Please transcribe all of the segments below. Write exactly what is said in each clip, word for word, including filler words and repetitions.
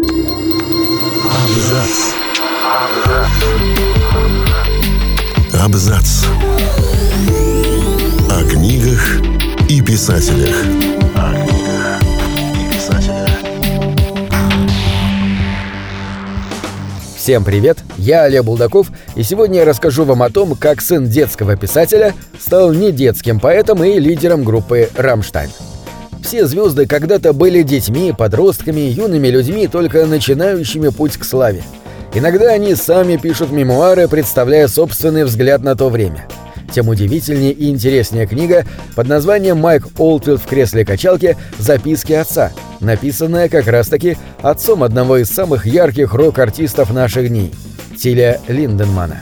Абзац. Абзац. О книгах и писателях. О книгах и писателях. Всем привет, я Олег Булдаков, и сегодня я расскажу вам о том, как сын детского писателя стал недетским поэтом и лидером группы «Рамштайн». Все звезды когда-то были детьми, подростками, юными людьми, только начинающими путь к славе. Иногда они сами пишут мемуары, представляя собственный взгляд на то время. Тем удивительнее и интереснее книга под названием «Майк Олдфилд в кресле качалки. Записки отца», написанная как раз-таки отцом одного из самых ярких рок-артистов наших дней – Тиля Линдеманна.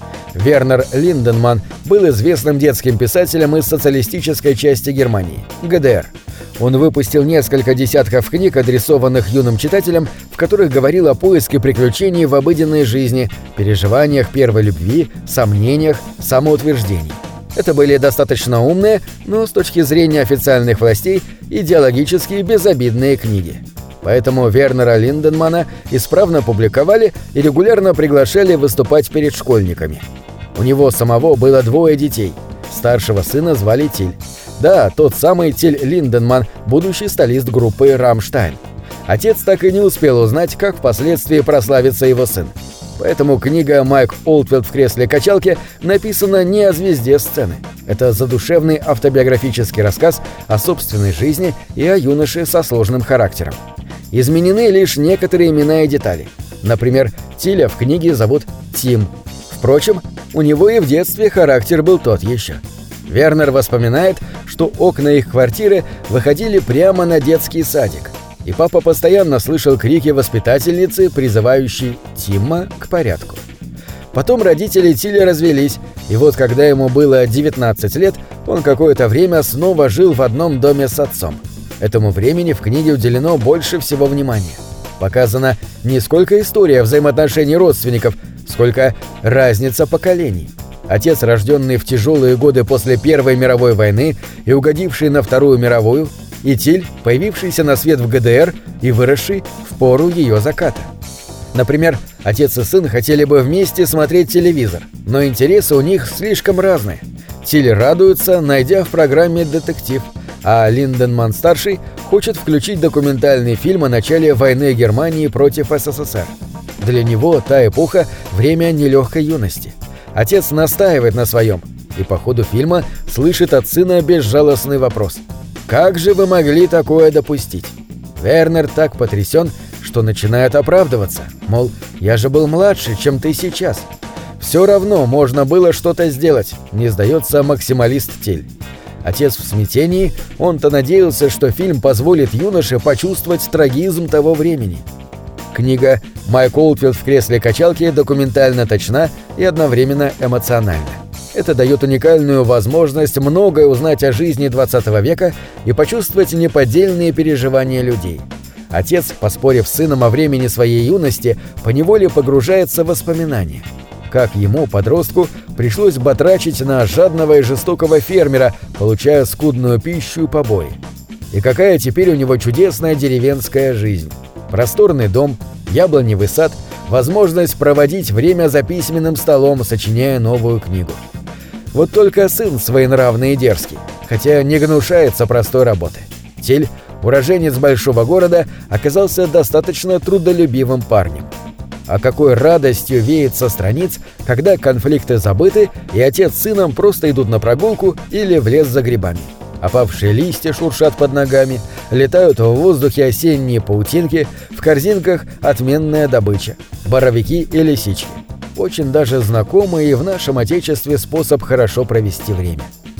Вернер Линдеманн был известным детским писателем из социалистической части Германии – гэ дэ эр. Он выпустил несколько десятков книг, адресованных юным читателям, в которых говорил о поиске приключений в обыденной жизни, переживаниях первой любви, сомнениях, самоутверждении. Это были достаточно умные, но с точки зрения официальных властей идеологически безобидные книги. Поэтому Вернера Линдеманна исправно публиковали и регулярно приглашали выступать перед школьниками. У него самого было двое детей. Старшего сына звали Тиль. Да, тот самый Тиль Линдеманн, будущий солист группы «Рамштайн». Отец так и не успел узнать, как впоследствии прославится его сын. Поэтому книга «Майк Олдфилд в кресле качалки» написана не о звезде сцены. Это задушевный автобиографический рассказ о собственной жизни и о юноше со сложным характером. Изменены лишь некоторые имена и детали. Например, Тиля в книге зовут Тим. Впрочем, у него и в детстве характер был тот еще. Вернер вспоминает, что окна их квартиры выходили прямо на детский садик, и папа постоянно слышал крики воспитательницы, призывающей Тима к порядку. Потом родители Тиля развелись, и вот когда ему было девятнадцать лет, он какое-то время снова жил в одном доме с отцом. Этому времени в книге уделено больше всего внимания. Показана не сколько история взаимоотношений родственников, сколько разница поколений. Отец, рожденный в тяжелые годы после Первой мировой войны и угодивший на Вторую мировую, и Тиль, появившийся на свет в гэ дэ эр и выросший в пору ее заката. Например, отец и сын хотели бы вместе смотреть телевизор, но интересы у них слишком разные. Тиль радуется, найдя в программе детектив, а Линдеманн-старший хочет включить документальный фильм о начале войны Германии против эс эс эс эр. Для него та эпоха – время нелегкой юности. Отец настаивает на своем, и по ходу фильма слышит от сына безжалостный вопрос: «Как же вы могли такое допустить?» Вернер так потрясен, что начинает оправдываться, мол, я же был младше, чем ты сейчас. Все равно можно было что-то сделать, не сдается максималист Тиль. Отец в смятении, он-то надеялся, что фильм позволит юноше почувствовать трагизм того времени. Книга «Майк Олдфилд в кресле качалки» документально точна и одновременно эмоциональна. Это дает уникальную возможность многое узнать о жизни двадцатого века и почувствовать неподдельные переживания людей. Отец, поспорив с сыном о времени своей юности, поневоле погружается в воспоминания. Как ему, подростку, пришлось батрачить на жадного и жестокого фермера, получая скудную пищу и побои. И какая теперь у него чудесная деревенская жизнь. Просторный дом, яблоневый сад, возможность проводить время за письменным столом, сочиняя новую книгу. Вот только сын своенравный и дерзкий, хотя не гнушается простой работы. Тиль, уроженец большого города, оказался достаточно трудолюбивым парнем. А какой радостью веет со страниц, когда конфликты забыты, и отец с сыном просто идут на прогулку или в лес за грибами. Опавшие листья шуршат под ногами, летают в воздухе осенние паутинки, в корзинках отменная добыча – боровики и лисички. Очень даже знакомый и в нашем отечестве способ хорошо провести время.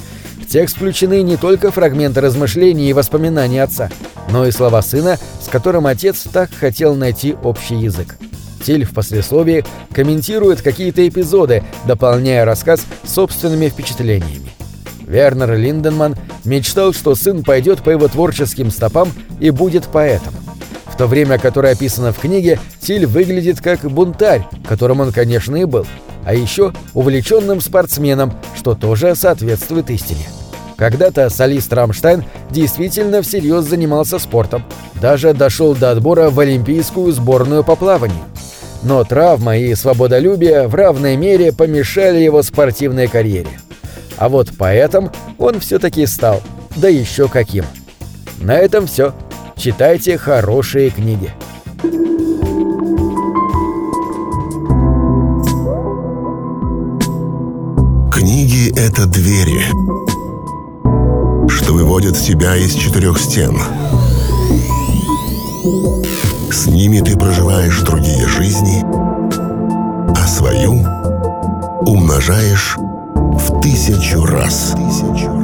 В текст включены не только фрагменты размышлений и воспоминаний отца, но и слова сына, с которым отец так хотел найти общий язык. Тиль в послесловии комментирует какие-то эпизоды, дополняя рассказ собственными впечатлениями. Вернер Линдеманн мечтал, что сын пойдет по его творческим стопам и будет поэтом. В то время, которое описано в книге, Тиль выглядит как бунтарь, которым он, конечно, и был, а еще увлеченным спортсменом, что тоже соответствует истине. Когда-то солист «Рамштайн» действительно всерьез занимался спортом, даже дошел до отбора в олимпийскую сборную по плаванию. Но травма и свободолюбие в равной мере помешали его спортивной карьере. А вот поэтом он все-таки стал, да еще каким. На этом все. Читайте хорошие книги. Книги — это двери, что выводят тебя из четырех стен. С ними ты проживаешь другие жизни, а свою умножаешь в тысячу раз. Тысячу.